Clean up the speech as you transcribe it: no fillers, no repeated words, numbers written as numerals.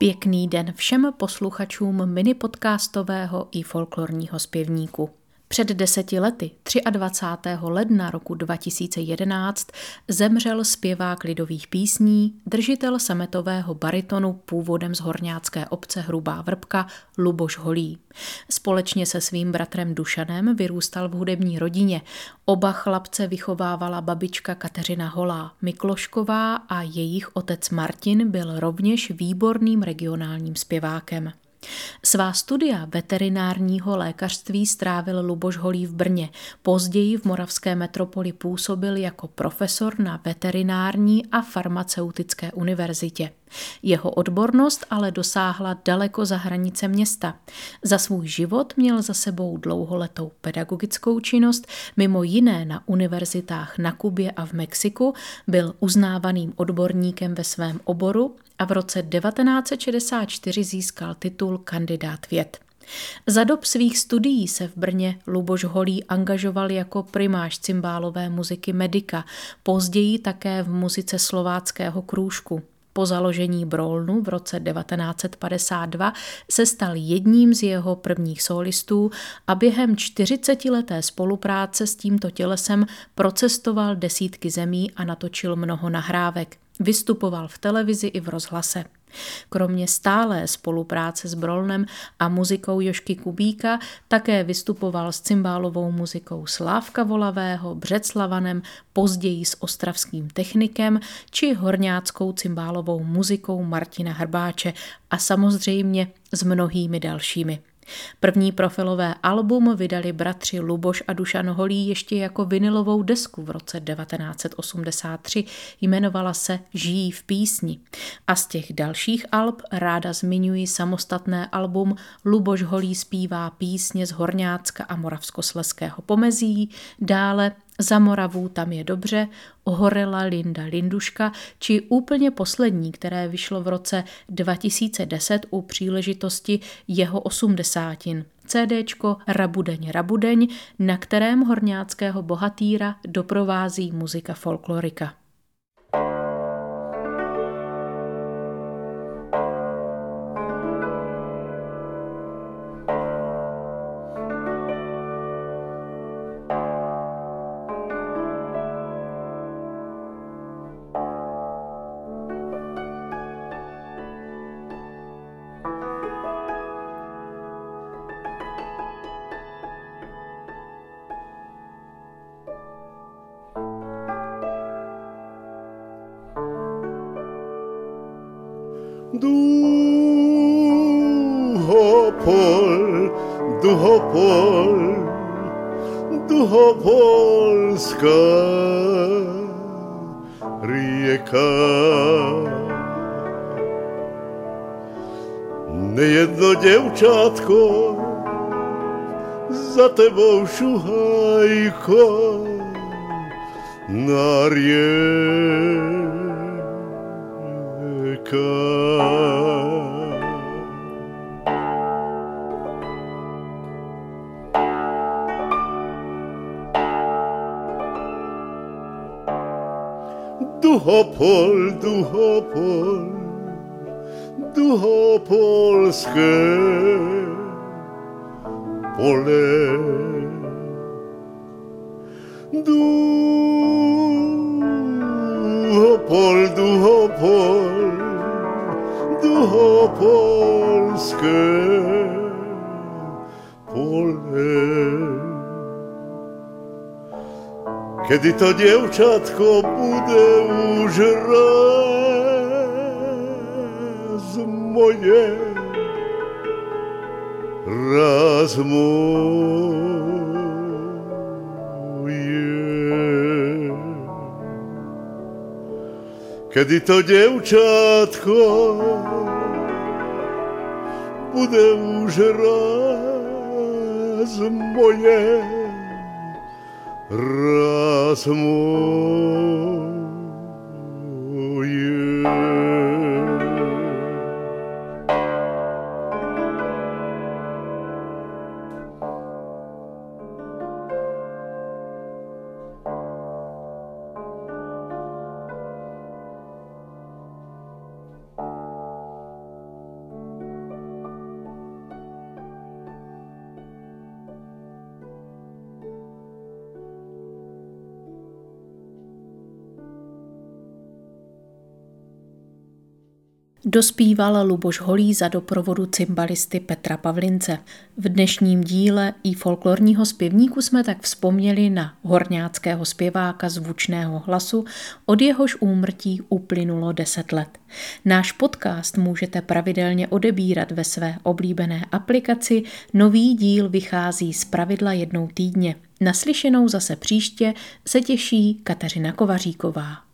Pěkný den všem posluchačům minipodcastového i folklorního zpěvníku. Před 10 lety, 23. ledna roku 2011, zemřel zpěvák lidových písní, držitel sametového barytonu původem z horňácké obce Hrubá Vrbka Luboš Holý. Společně se svým bratrem Dušanem vyrůstal v hudební rodině. Oba chlapce vychovávala babička Kateřina Holá Miklošková a jejich otec Martin byl rovněž výborným regionálním zpěvákem. Svá studia veterinárního lékařství strávil Luboš Holý v Brně. Později v moravské metropoli působil jako profesor na veterinární a farmaceutické univerzitě. Jeho odbornost ale dosáhla daleko za hranice města. Za svůj život měl za sebou dlouholetou pedagogickou činnost, mimo jiné na univerzitách na Kubě a v Mexiku, byl uznávaným odborníkem ve svém oboru a v roce 1964 získal titul kandidát věd. Za dob svých studií se v Brně Luboš Holý angažoval jako primář cimbálové muziky Medika, později také v muzice slováckého krůžku. Po založení Brolnu v roce 1952 se stal jedním z jeho prvních solistů a během 40leté spolupráce s tímto tělesem procestoval desítky zemí a natočil mnoho nahrávek. Vystupoval v televizi i v rozhlase. Kromě stálé spolupráce s Brolnem a muzikou Jožky Kubíka také vystupoval s cimbálovou muzikou Slávka Volavého, Břeclavanem, později s ostravským technikem či horňáckou cimbálovou muzikou Martina Hrbáče a samozřejmě s mnohými dalšími. První profilové album vydali bratři Luboš a Dušan Holý ještě jako vinylovou desku v roce 1983, jmenovala se Žijí v písni. A z těch dalších alb ráda zmiňuji samostatné album Luboš Holý zpívá písně z Horňácka a Moravskoslezského pomezí, dále Za Moravu tam je dobře, Ohorela Linda Linduška či úplně poslední, které vyšlo v roce 2010 u příležitosti jeho 80. CDčko Rabudeň Rabudeň, na kterém horňáckého bohatýra doprovází muzika folklorika. Duhopolská rieka. Nejedno děvčátko za tebou šuhajko na rieka. Duhopolské pole. Duhopolské pole. Kedy to dievčatko bude už raz moje, raz moje. Kedy to dievčatko bude už raz moje, raz moje. Dospíval Luboš Holý za doprovodu cymbalisty Petra Pavlince. V dnešním díle i folklorního zpěvníku jsme tak vzpomněli na horňáckého zpěváka zvučného hlasu, od jehož úmrtí uplynulo 10 let. Náš podcast můžete pravidelně odebírat ve své oblíbené aplikaci, nový díl vychází zpravidla jednou týdně. Naslyšenou zase příště se těší Kateřina Kovaříková.